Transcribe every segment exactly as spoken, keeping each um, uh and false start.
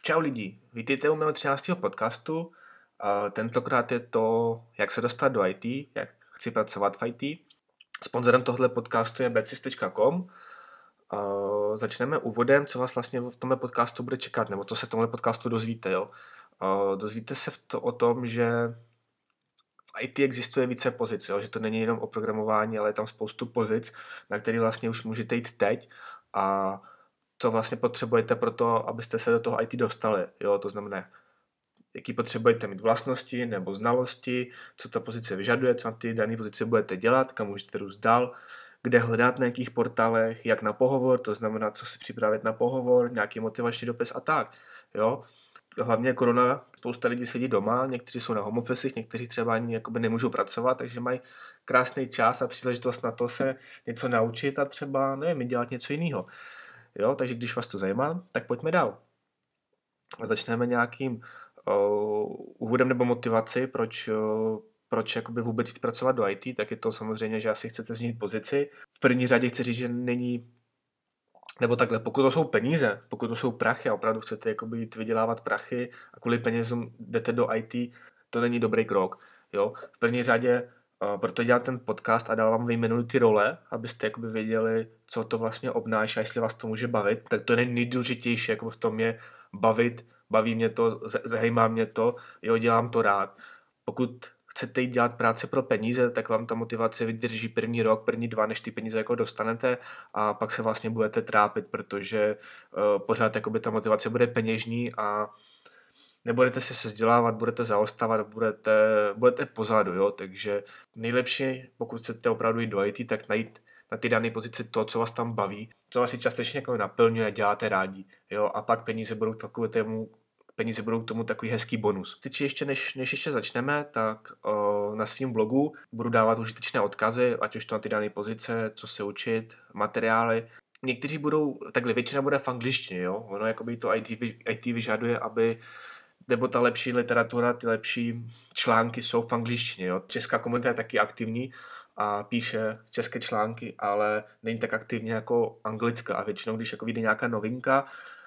Čau lidi, vítejte u mého třináctého podcastu. A tentokrát je to, jak se dostat do í té, jak chci pracovat v í té. Sponzorem tohoto podcastu je bedsys tečka com. A začneme úvodem, co vás vlastně v tomhle podcastu bude čekat, nebo co se v tomhle podcastu dozvíte. Jo? A dozvíte se v to, o tom, že v í té existuje více pozic, jo? Že to není jenom o programování, ale je tam spoustu pozic, na které vlastně už můžete jít teď a co vlastně potřebujete pro to, abyste se do toho í té dostali. Jo? To znamená, jaký potřebujete mít vlastnosti nebo znalosti, co ta pozice vyžaduje, co na ty dané pozici budete dělat, kam můžete růst dál, kde hledat na jakých portálech, jak na pohovor, to znamená, co si připravit na pohovor, nějaký motivační dopis a tak. Jo? Hlavně korona, spousta lidí sedí doma, někteří jsou na home office, někteří třeba ani jakoby nemůžou pracovat, takže mají krásný čas a příležitost na to se něco naučit a třeba, nevím, dělat něco jiného. Jo? Takže když vás to zajímá, tak pojďme dál. Začneme nějakým uh, úvodem nebo motivaci, proč, uh, proč jakoby vůbec jít pracovat do í té, tak je to samozřejmě, že asi chcete změnit pozici. V první řadě chci říct, že není, nebo takhle, pokud to jsou peníze, pokud to jsou prachy a opravdu chcete jakoby jít vydělávat prachy a kvůli penězům jdete do í té, to není dobrý krok. Jo? V první řadě Uh, proto dělám ten podcast a dál vám vyjmenuji ty role, abyste jakoby věděli, co to vlastně obnáší a jestli vás to může bavit. Tak to je nejdůležitější, jako v tom je bavit, baví mě to, zajímá mě to, jo, dělám to rád. Pokud chcete jít dělat práci pro peníze, tak vám ta motivace vydrží první rok, první dva, než ty peníze jako dostanete a pak se vlastně budete trápit, protože uh, pořád jakoby ta motivace bude peněžní a nebudete se sezdělávat, budete zaostávat, budete, budete pozadu, jo, takže nejlepší, pokud chcete opravdu jít do í té, tak najít na ty dané pozici to, co vás tam baví, co vás si částečně jako naplňuje, děláte rádi, jo, a pak peníze budou takové tému, peníze budou k tomu takový hezký bonus. Teď ještě, než, než ještě začneme, tak o, na svém blogu budu dávat užitečné odkazy, ať už to na ty dané pozice, co se učit, materiály. Někteří budou, takhle většina bude v angličtině, jo, ono jakoby to í té, í té vyžaduje, aby nebo ta lepší literatura, ty lepší články jsou v angličtině. Jo. Česká komunita je taky aktivní a píše české články, ale není tak aktivně jako anglická. A většinou, když jako vyjde nějaká novinka,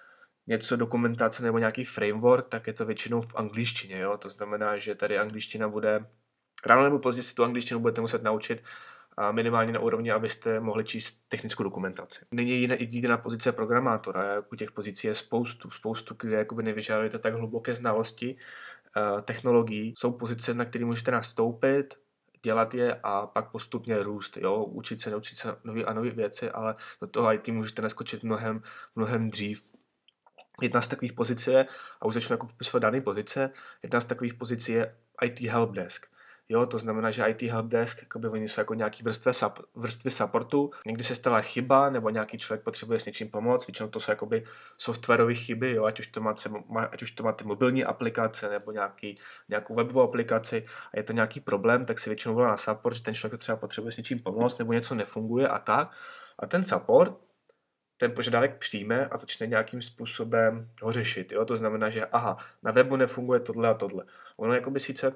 něco dokumentace nebo nějaký framework, tak je to většinou v angličtině. Jo. To znamená, že tady angličtina bude, ráno nebo později si tu angličtinu budete muset naučit, a minimálně na úrovni, abyste mohli číst technickou dokumentaci. Není jediná pozice programátora, jako těch pozicí je spoustu, spoustu, kde jakoby nevyžadujete tak hluboké znalosti uh, technologií. Jsou pozice, na které můžete nastoupit, dělat je a pak postupně růst, jo? Učit se, naučit se nové a nové věci, ale do toho í té můžete naskočit mnohem, mnohem dřív. Jedna z takových pozic je, a už začnu jako popisovat dané pozice, jedna z takových pozic je í té helpdesk. Jo, to znamená, že í té helpdesk, jakoby oni jsou jako nějaký vrstvy, vrstvy supportu. Někdy se stala chyba, nebo nějaký člověk potřebuje s něčím pomoct, většinou to jsou jakoby softwarové chyby, jo, ať už to máte, ať už to máte mobilní aplikace, nebo nějaký, nějakou webovou aplikaci a je to nějaký problém, tak se většinou volá na support, že ten člověk třeba potřebuje s něčím pomoct, nebo něco nefunguje a tak. A ten support ten požadavek přijme a začne nějakým způsobem ho řešit. Jo? To znamená, že aha, na webu nefunguje tohle a tohle. Ono jakoby sice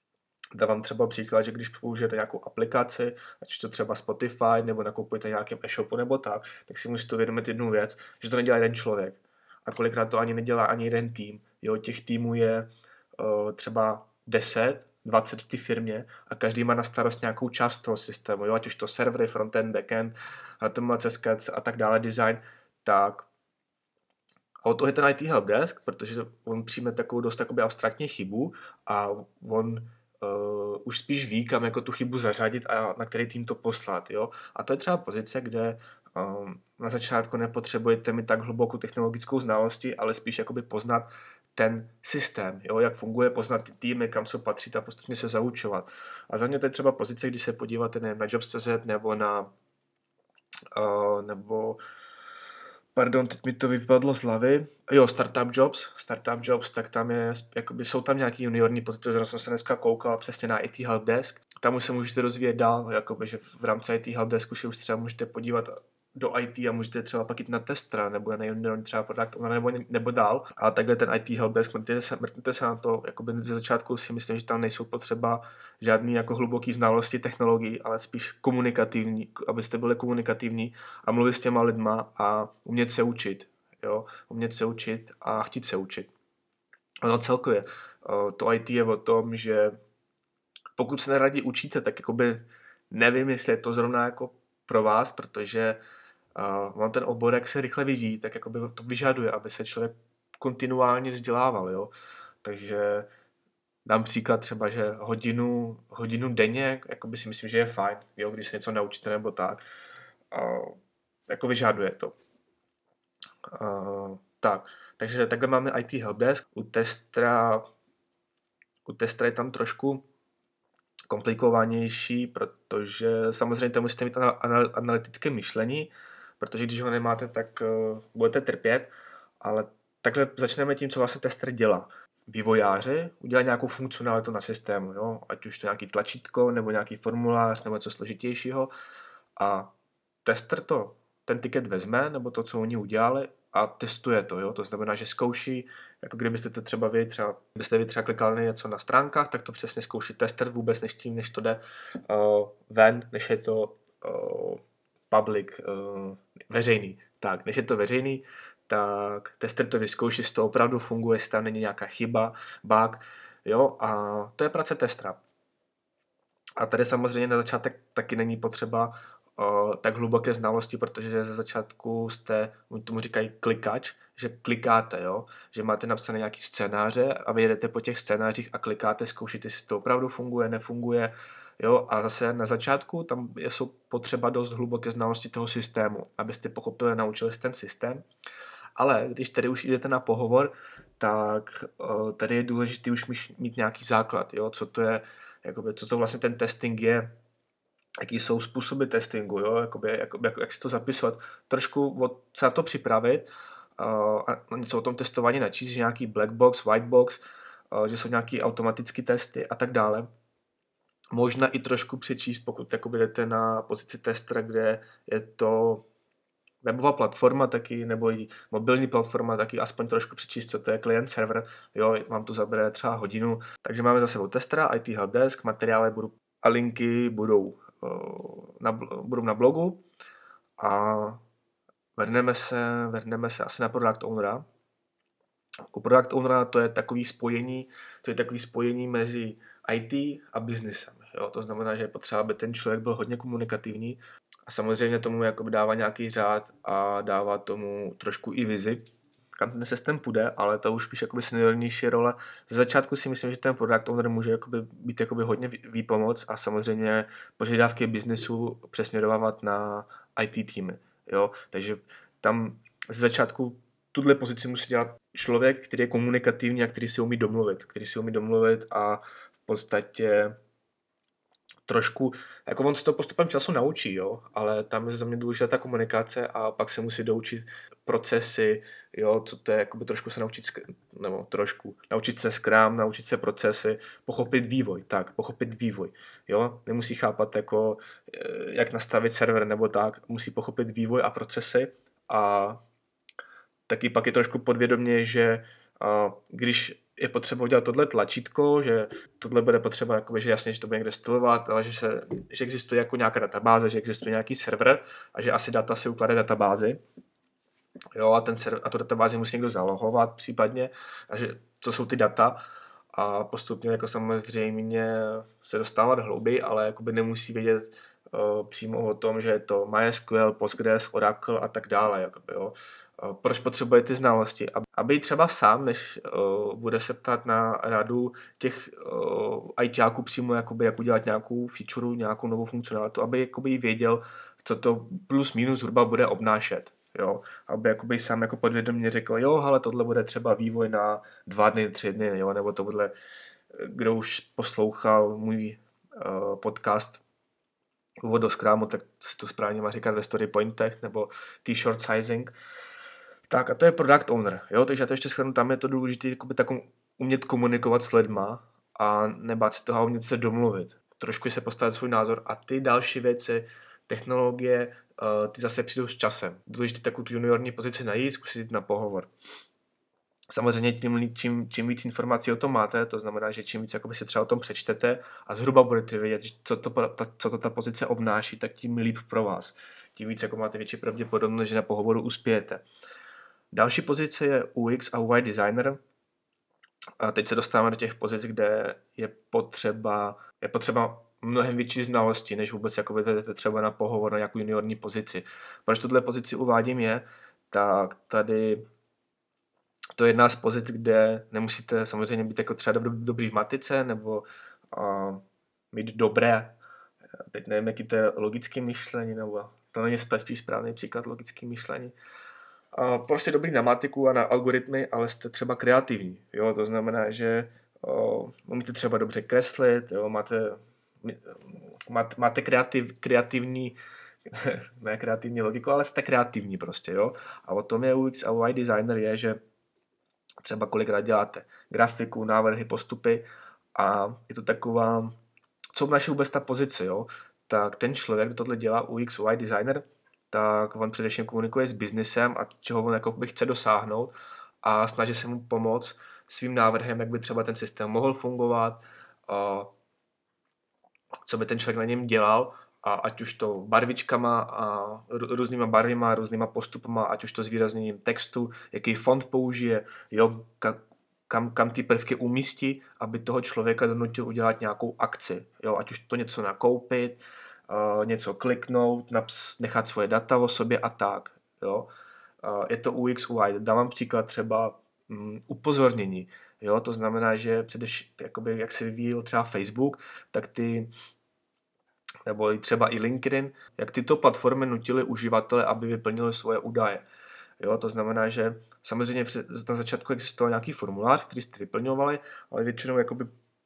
dávám třeba příklad, že když použijete nějakou aplikaci, ať to třeba Spotify, nebo nakupujete nějakém e-shopu nebo tak, tak si musíte uvědomit jednu věc, že to nedělá jeden člověk. A kolikrát to ani nedělá ani jeden tým. Jo, těch týmů je uh, třeba deset, dvacet v té firmě a každý má na starost nějakou část toho systému, jo, ať už to servery, frontend, backend, H T M L, C S S a tak dále, design, tak a od toho je ten í té helpdesk, protože on přijme takovou dost takovou abstraktní chybu a on Uh, už spíš ví, kam jako tu chybu zařadit a na který tým to poslat. Jo? A to je třeba pozice, kde um, na začátku nepotřebujete mít tak hlubokou technologickou znalosti, ale spíš jakoby poznat ten systém, jo? Jak funguje, poznat ty týmy, kam co patří a postupně se zaučovat. A za mě to je třeba pozice, když se podíváte nevím, na jobs tečka cé zet nebo na uh, nebo Pardon, teď mi to vypadlo z hlavy. Jo, Startup Jobs, Startup Jobs, tak tam je, jakoby, jsou tam nějaký juniorní pozice, zrovna jsem se dneska koukal přesně na í té helpdesk. Tam už se můžete rozvíjet dál, jakoby, že v rámci í té helpdesku se už třeba můžete podívat do í té a můžete třeba pak jít na testera, nebo na juniorní třeba product owner, nebo, nebo dál. A takhle ten í té helpdesk, mrkněte se, mrkněte se na to, jakoby ze začátku si myslím, že tam nejsou potřeba žádný jako hluboký znalosti technologií, ale spíš komunikativní, abyste byli komunikativní a mluvit s těma lidma a umět se učit. jo, umět se učit a chtít se učit. Ono celkově, to í té je o tom, že pokud se neradi učíte, tak jakoby nevím, jestli je to zrovna jako pro vás, protože uh, mám ten obor, jak se rychle vyvíjí, tak jakoby to vyžaduje, aby se člověk kontinuálně vzdělával, jo. Takže dám příklad třeba, že hodinu, hodinu denně, jakoby si myslím, že je fajn, jo, když se něco naučíte nebo tak. Uh, jako vyžaduje to. Uh, tak, takže takhle máme í té helpdesk. U testera, u testera je tam trošku komplikovanější, protože samozřejmě tam musíte mít analytické myšlení, protože když ho nemáte, tak uh, budete trpět, ale takhle začneme tím, co vlastně tester dělá. Vývojáři udělají nějakou funkcionalitu na systému, jo? Ať už to nějaký tlačítko, nebo nějaký formulář, nebo něco složitějšího, a tester to, ten tiket vezme, nebo to, co oni udělali, a testuje to, jo? To znamená, že zkouší, jako kdybyste to třeba vy třeba, kdybyste vy třeba klikali něco na stránkách, tak to přesně zkouší tester vůbec než tím, než to jde uh, ven, než je to uh, public, uh, veřejný. Tak, než je to veřejný, tak tester to vyzkouší, jestli to opravdu funguje, jestli tam není nějaká chyba, bug, jo, a to je práce testera. A tady samozřejmě na začátek taky není potřeba uh, tak hluboké znalosti, protože ze začátku jste, oni tomu říkají klikač, že klikáte, jo, že máte napsané nějaký scénáře a vy jedete po těch scénářích a klikáte, zkoušíte, jestli to opravdu funguje, nefunguje, jo, a zase na začátku tam jsou potřeba dost hluboké znalosti toho systému, abyste pochopili a naučili ten systém. Ale když tady už jdete na pohovor, tak uh, tady je důležité už mít nějaký základ, jo, co to je, jakoby, co to vlastně ten testing je, jaký jsou způsoby testingu, jo, jakoby, jakoby, jak, jak si to zapisovat, trošku od, se na to připravit uh, a něco o tom testování načíst, že nějaký black box, white box, uh, že jsou nějaký automatické testy a tak dále. Možná i trošku přečíst, pokud jakoby jdete na pozici testera, kde je to webová platforma taky, nebo i mobilní platforma, taky aspoň trošku přečíst, co to je klient server, jo, vám to zabere třeba hodinu. Takže máme za sebou testera, í té helpdesk, materiály budou, a linky budou, uh, na, budou na blogu a vrhneme se, vrhneme se asi na product ownera. U product ownera to je takový spojení, to je takový spojení mezi í té a businessem. Jo? To znamená, že je potřeba, aby ten člověk byl hodně komunikativní a samozřejmě tomu jakoby dává nějaký řád a dává tomu trošku i vizi, kam ten systém půjde, ale to už spíš jakoby seniornější role. Ze začátku si myslím, že ten product owner může jakoby být jakoby hodně výpomoc a samozřejmě požadavky biznesu přesměrovávat na í té týmy. Jo? Takže tam ze začátku tuhle pozici musí dělat člověk, který je komunikativní a který si umí domluvit, který si umí domluvit a v podstatě trošku, jako on se to postupem času naučí, jo, ale tam je za mě důležitá ta komunikace a pak se musí doučit procesy, jo, co to je, jakoby trošku se naučit, nebo trošku, naučit se Scrum, naučit se procesy, pochopit vývoj, tak, pochopit vývoj, jo, nemusí chápat jako, jak nastavit server nebo tak, musí pochopit vývoj a procesy a taky pak je trošku podvědomě, že uh, když je potřeba udělat tohle tlačítko, že tohle bude potřeba, jakoby, že jasně, že to bude někde stylovat, ale že, se, že existuje jako nějaká databáze, že existuje nějaký server a že asi data si ukládá databázi. Jo, a, ten server, a tu databázi musí někdo zalohovat případně, a že to jsou ty data a postupně jako samozřejmě se dostávat hlouběji, ale jakoby nemusí vědět uh, přímo o tom, že je to MySQL, Postgres, Oracle a tak dále. Jakoby, jo. Proč potřebuje ty znalosti? Aby třeba sám, než uh, bude se ptát na radu těch uh, ajťáků přímo, jakoby, jak udělat nějakou feature, nějakou novou funkcionalitu, aby jakoby věděl, co to plus minus zhruba bude obnášet. Jo? Aby jakoby sám jako podvědomě řekl, jo, ale tohle bude třeba vývoj na dva dny, tři dny, jo? Nebo tohle, kdo už poslouchal můj uh, podcast úvod do Scrumu, tak si to správně má říkat ve story pointech, nebo t-short sizing. Tak a to je product owner, jo, takže já to ještě shrnu, tam je to důležité jakoby takom umět komunikovat s lidma a nebát se toho a umět se domluvit. Trošku se postavit svůj názor a ty další věci, technologie, uh, ty zase přijdou s časem. Důležité takovou tu juniorní pozici najít, zkusit jít na pohovor. Samozřejmě tím, čím, čím víc informací o tom máte, to znamená, že čím víc jakoby si třeba o tom přečtete a zhruba budete vědět, co to, ta, co to ta pozice obnáší, tak tím líp pro vás. Tím víc jako máte větší pravděpodobnost, že na pohovoru uspějete. Další pozice je U X a U I designer. A teď se dostáváme do těch pozic, kde je potřeba, je potřeba mnohem větší znalosti, než vůbec jako to třeba na pohovor na nějakou juniorní pozici. Proč tuhle pozici uvádím je, tak tady to je jedna z pozic, kde nemusíte samozřejmě být jako třeba dobrý v matice nebo uh, mít dobré, teď nevím, jaký to je logické myšlení, nebo to není spíš správný příklad logické myšlení. Uh, prostě dobrý na matiku a na algoritmy, ale jste třeba kreativní. Jo? To znamená, že uh, umíte třeba dobře kreslit, jo? máte, máte, máte kreativ, kreativní ne kreativní logiku, ale jste kreativní prostě. Jo? A o tom je U X a U I designer je, že třeba kolikrát děláte grafiku, návrhy, postupy a je to taková, co obnáší vůbec ta pozice, jo? Tak ten člověk, kdo tohle dělá U X, U I designer, tak on především komunikuje s biznesem a čeho on jako by chce dosáhnout a snaží se mu pomoct svým návrhem, jak by třeba ten systém mohl fungovat, a co by ten člověk na něm dělal, a ať už to barvičkama a různýma barvima, různýma postupama, ať už to zvýrazněním textu, jaký font použije, jo, kam, kam ty prvky umístí, aby toho člověka donutil udělat nějakou akci, jo, ať už to něco nakoupit, uh, něco kliknout, naps, nechat svoje data o sobě a tak, jo. Uh, je to U X, U I. Dám vám příklad třeba um, upozornění, jo, to znamená, že především, jakoby, jak se vyvíjel třeba Facebook, tak ty nebo i třeba i LinkedIn, jak tyto platformy nutily uživatele, aby vyplnili svoje údaje. Jo, to znamená, že samozřejmě na začátku existoval nějaký formulář, který jste vyplňovali, ale většinou, jakoby,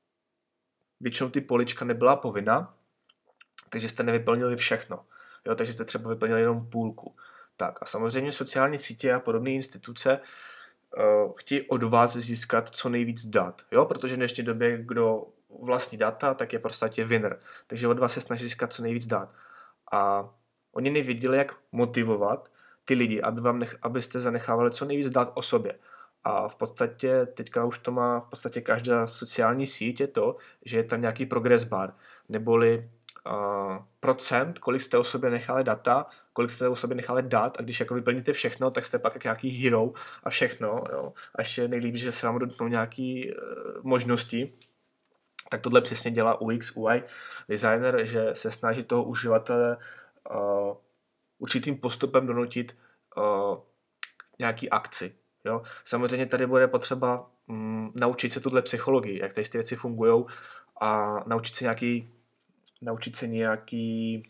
většinou ty polička nebyla povinna, takže jste nevyplnili všechno. Jo, takže jste třeba vyplnili jenom půlku. Tak a samozřejmě sociální sítě a podobné instituce uh, chtějí od vás získat co nejvíc dat. Jo, protože v dnešní době, kdo vlastní data, tak je prostě winner. Takže od vás se snaží získat co nejvíc dat. A oni nevěděli, jak motivovat ty lidi, aby vám nech, abyste zanechávali co nejvíc dat o sobě. A v podstatě, teďka už to má v podstatě každá sociální síť je to, že je tam nějaký progress bar, neboli uh, procent, kolik jste o sobě nechali data, kolik jste o sobě nechali dat a když jako vyplníte všechno, tak jste pak jak nějaký hero a všechno. Jo. A ještě nejlíp, že se vám dotknou nějaký uh, možnosti. Tak tohle přesně dělá U X, U I designer, že se snaží toho uživatele uh, určitým postupem donutit uh, k nějaký akci. Jo? Samozřejmě tady bude potřeba um, naučit se tuhle psychologii, jak tady ty věci fungují a naučit se nějaký, naučit se nějaký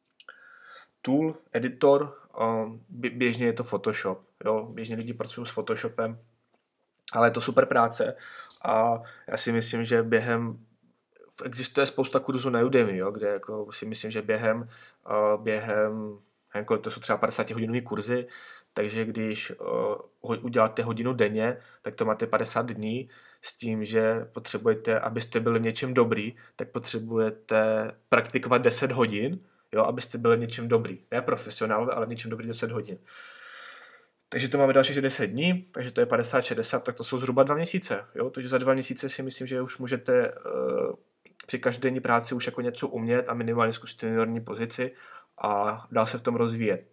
tool, editor, um, běžně je to Photoshop. Jo? Běžně lidi pracují s Photoshopem, ale je to super práce a já si myslím, že během existuje spousta kurzů na Udemy, jo, kde jako si myslím, že během, uh, během jako to jsou třeba padesátihodinový kurzy, takže když uh, uděláte hodinu denně, tak to máte padesát dní s tím, že potřebujete, abyste byli v něčem dobrý, tak potřebujete praktikovat deset hodin, jo, abyste byli v něčem dobrý. Ne profesionálové, ale v něčem dobrý deset hodin. Takže to máme dalších deset dní, takže to je padesát šedesát, tak to jsou zhruba dva měsíce. Jo? Takže za dva měsíce si myslím, že už můžete uh, při každodenní práci už jako něco umět a minimálně zkusit juniorní pozici a dál se v tom rozvíjet.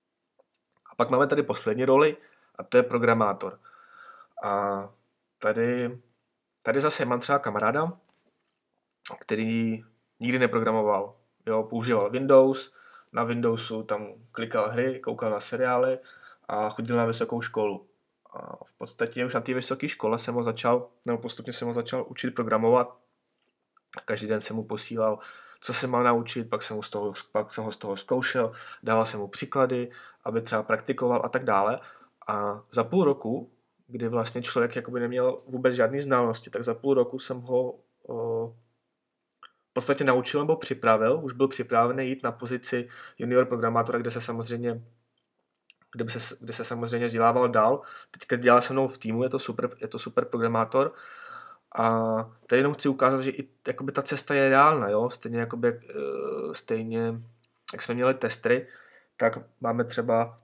A pak máme tady poslední roli a to je programátor. A tady, tady zase mám třeba kamaráda, který nikdy neprogramoval. Jo? Používal Windows, na Windowsu tam klikal hry, koukal na seriály a chodil na vysokou školu. A v podstatě už na té vysoké škole jsem ho začal, nebo postupně jsem ho začal učit programovat. Každý den jsem mu posílal, co se má naučit, pak jsem, mu z toho, pak jsem ho z toho zkoušel, dával jsem mu příklady, aby třeba praktikoval a tak dále. A za půl roku, kdy vlastně člověk jakoby neměl vůbec žádné znalosti, tak za půl roku jsem ho o, v podstatě naučil nebo připravil, už byl připravený jít na pozici junior programátora, kde se samozřejmě kde, se, kde se samozřejmě vzdělával dál. Teďka dělá se mnou v týmu, je to super, je to super programátor. A tady jenom chci ukázat, že i jakoby ta cesta je reálná, jo? Stejně, jakoby, jak, stejně jak jsme měli testry, tak máme třeba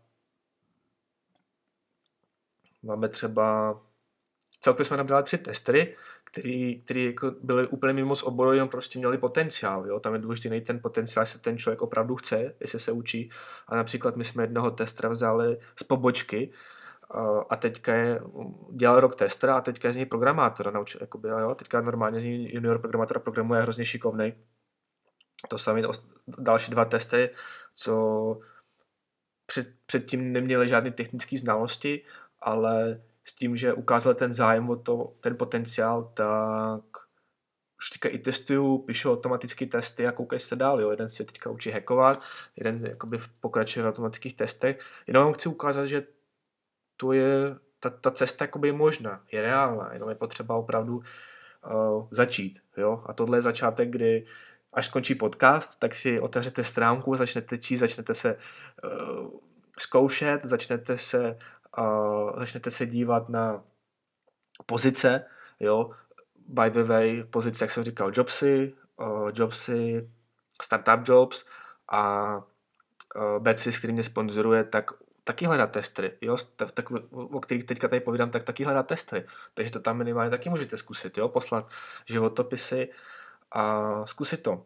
máme třeba celkově jsme nám dali tři testry, který, který jako byly úplně mimo z oboru, jenom prostě měli potenciál. Jo? Tam je důležitý ten potenciál, jestli ten člověk opravdu chce, jestli se učí. A například my jsme jednoho testera vzali z pobočky, a teďka je, dělal rok testera a teďka je z něj programátora naučil, jakoby, jo, teďka normálně z něj junior programátora programuje hrozně šikovnej. To samé další dva testy, co před, předtím neměli žádné technické znalosti, ale s tím, že ukázal ten zájem o to, ten potenciál, tak už teďka i testuju, píšu automatické testy a koukají se dál. Jo. Jeden se teďka učí hackovat, jeden jakoby pokračuje v automatických testech. Jenom vám chci ukázat, že to je, ta, ta cesta jakoby je možná, je reálná, jenom je potřeba opravdu uh, začít. Jo. A tohle je začátek, kdy až skončí podcast, tak si otevřete stránku, začnete číst, začnete se uh, zkoušet, začnete se, uh, začnete se dívat na pozice, jo. By the way, pozice, jak jsem říkal, jobsy, uh, jobsy, startup jobs a uh, Betsy, s kterým mě sponzoruje, tak taky hledá testry, jo, tak, tak, o kterých teďka tady povídám, tak taky hledá testry, takže to tam minimálně taky můžete zkusit, jo, poslat životopisy a zkusit to.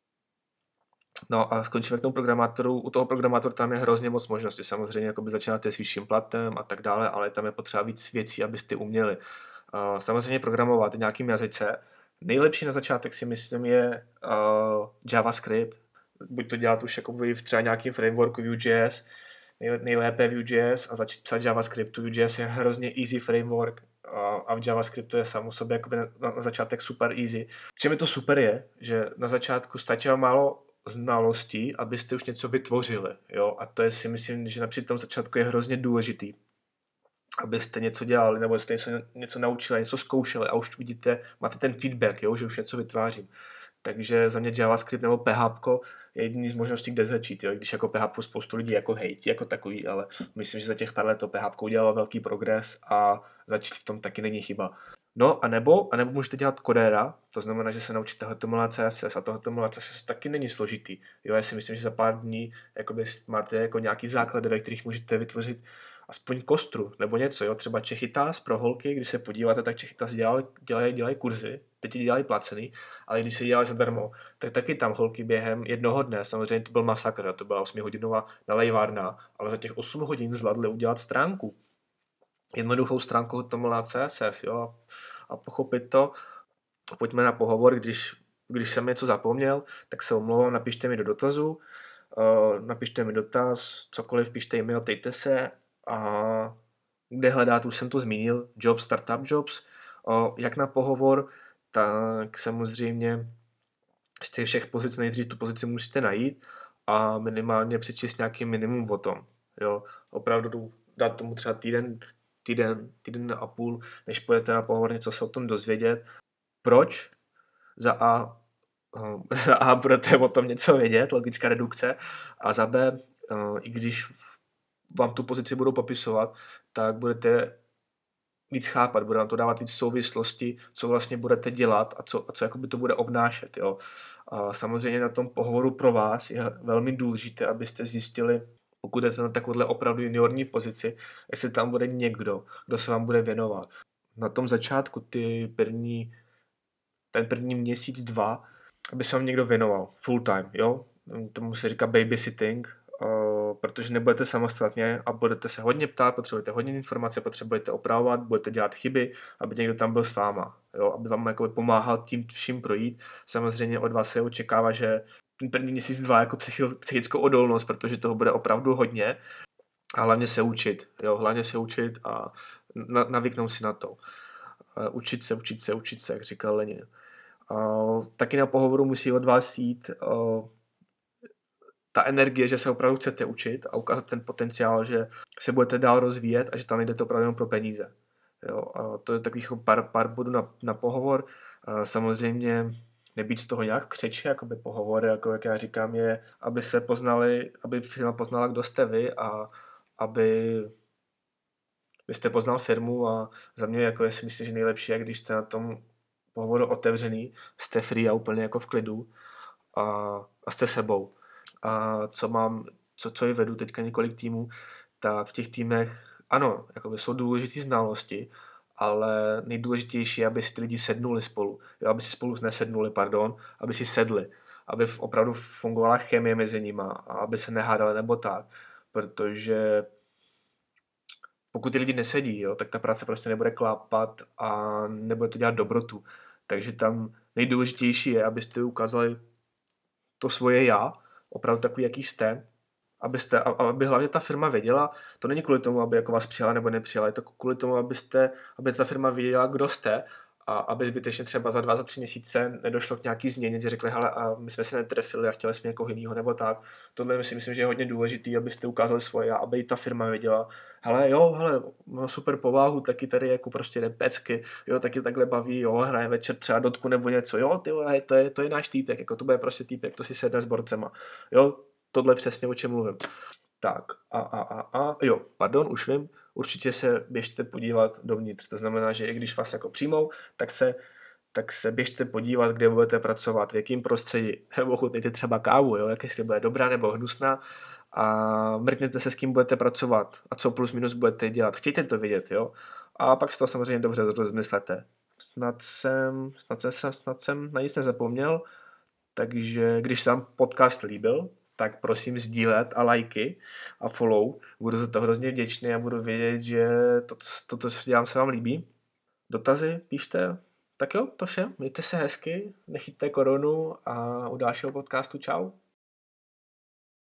No a skončíme k tomu programátoru. U toho programátora tam je hrozně moc možností. Samozřejmě jakoby začínáte s vyšším platem a tak dále, ale tam je potřeba víc věcí, abyste uměli. Uh, samozřejmě programovat v nějakým jazyce. Nejlepší na začátek si myslím je uh, JavaScript. Buď to dělat už jakoby v třeba nějakým frameworku Vue.js, nejlépe Vue.js a začít psát JavaScriptu. Vue.js je hrozně easy framework a v JavaScriptu je sám o sobě jakoby na, na začátek super easy. V čem je to super je, že na začátku stačí málo znalostí, abyste už něco vytvořili. Jo? A to je si myslím, že například tom začátku je hrozně důležitý, abyste něco dělali, nebo jste se něco naučili, něco zkoušeli a už vidíte, máte ten feedback, jo? Že už něco vytvářím. Takže za mě JavaScript nebo P H P je jediný z možností, kde začít. Jo? Když jako P H P spoustu lidí jako hejtí, jako takový, ale myslím, že za těch pár let to P H P udělalo velký progres a začít v tom taky není chyba. No a nebo, a nebo můžete dělat kodéra, to znamená, že se naučíte H T M L a C S S a to H T M L a C S S taky není složitý. Jo, já si myslím, že za pár dní jakoby máte jako nějaký základy, ve kterých můžete vytvořit aspoň kostru nebo něco, jo, třeba Čechytas pro holky, když se podíváte, tak Čechytas dělají, dělají, dělají kurzy, teď dělají placený, ale když se dělají zadarmo, tak taky tam holky během jednoho dne, samozřejmě to byl masakr, to byla osmihodinová nalejvárna, ale za těch osm hodin zvládli udělat stránku. Jednoduchou stránku H T M L a C S S, jo, a pochopit to. Pojďme na pohovor, když, když jsem něco zapomněl, tak se omlouvám, napište mi do dotazu, uh, napište mi dotaz, cokoliv, pište e-mail, ptejte se a kde hledat, už jsem to zmínil, Jobs, Startup Jobs, uh, jak na pohovor, tak samozřejmě z těch všech pozic nejdřív tu pozici musíte najít a minimálně přečíst nějaký minimum o tom, jo, opravdu dát tomu třeba týden, týden, týden a půl, než půjdete na pohovor něco se o tom dozvědět. Proč? Za A, za A budete o tom něco vědět, logická redukce, a za B, i když vám tu pozici budou popisovat, tak budete víc chápat, bude vám to dávat víc souvislosti, co vlastně budete dělat a co, a co jakoby to bude obnášet. Jo. A samozřejmě na tom pohovoru pro vás je velmi důležité, abyste zjistili, pokud jdete na takovouhle opravdu juniorní pozici, jestli tam bude někdo, kdo se vám bude věnovat. Na tom začátku ty první, ten první měsíc, dva, aby se vám někdo věnoval full time, jo? Tomu se říká babysitting, uh, protože nebudete samostatně a budete se hodně ptát, potřebujete hodně informace, potřebujete opravovat, budete dělat chyby, aby někdo tam byl s váma, jo? Aby vám jako pomáhal tím vším projít. Samozřejmě od vás se očekává, že ten první měsíc, dva jako psychickou odolnost, protože toho bude opravdu hodně a hlavně se učit, jo, hlavně se učit a navyknout si na to. Uh, učit se, učit se, učit se, jak říkal Lenin. Uh, taky na pohovoru musí od vás jít uh, ta energie, že se opravdu chcete učit a ukázat ten potenciál, že se budete dál rozvíjet a že tam jdete opravdu jenom pro peníze. Jo, uh, to je takových pár, pár bodů na, na pohovor. Uh, samozřejmě nebýt z toho nějak křeči, jakoby pohovor, jako jak já říkám, je, aby se poznali, aby firma poznala, kdo jste vy a aby byste poznal firmu a za mě jako je si myslím, že nejlepší je, když jste na tom pohovoru otevřený, jste free a úplně jako v klidu a, a jste sebou. A co mám, co, co i vedu teďka několik týmů, tak v těch týmech, ano, jakoby jsou důležité znalosti, ale nejdůležitější je, aby si ty lidi sednuli spolu. Jo, aby si spolu nesednuli, pardon, aby si sedli. Aby opravdu fungovala chemie mezi nima a aby se nehádali nebo tak. Protože pokud ty lidi nesedí, jo, tak ta práce prostě nebude klápat a nebude to dělat dobrotu. Takže tam nejdůležitější je, abyste ukázali to svoje já, opravdu takový, jaký jste, abyste, aby hlavně ta firma věděla, to není kvůli tomu, aby jako vás přijala nebo nepřijala, je to kvůli tomu, abyste, aby ta firma věděla, kdo jste, a aby zbytečně třeba za dva, za tři měsíce nedošlo k nějaký změně, že řekli, hele, a my jsme se netrefili a chtěli jsme někoho jiného nebo tak. Tohle si myslím, že je hodně důležitý, abyste ukázali svoje, aby ta firma věděla, hele, jo, hele, má super povahu, taky tady jako prostě jde pecky, jo, taky takhle baví, jo, hraje večer třeba dotku nebo něco, jo, ty vole, to je, to je náš týpek, jako to bude prostě týpek, to si sedne s borcema, jo, tohle přesně o čem mluvím. Tak, a, a, a, a, jo, pardon, už vím, určitě se běžte podívat dovnitř, to znamená, že i když vás jako přijmou, tak se, tak se běžte podívat, kde budete pracovat, v jakém prostředí, nebo chutnejte třeba kávu, jo, jak jestli bude dobrá nebo hnusná, a mrkněte se, s kým budete pracovat a co plus minus budete dělat, chtějte to vědět, jo, a pak si to samozřejmě dobře rozmyslete. Snad jsem, snad jsem, snad jsem na nic nezapomněl, takže když se vám podcast líbil, tak prosím sdílet a lajky a follow. Budu za to hrozně vděčný a budu vědět, že toto, to, co dělám, se vám líbí. Dotazy píšte. Tak jo, to vše. Mějte se hezky, nechyťte koronu a u dalšího podcastu čau.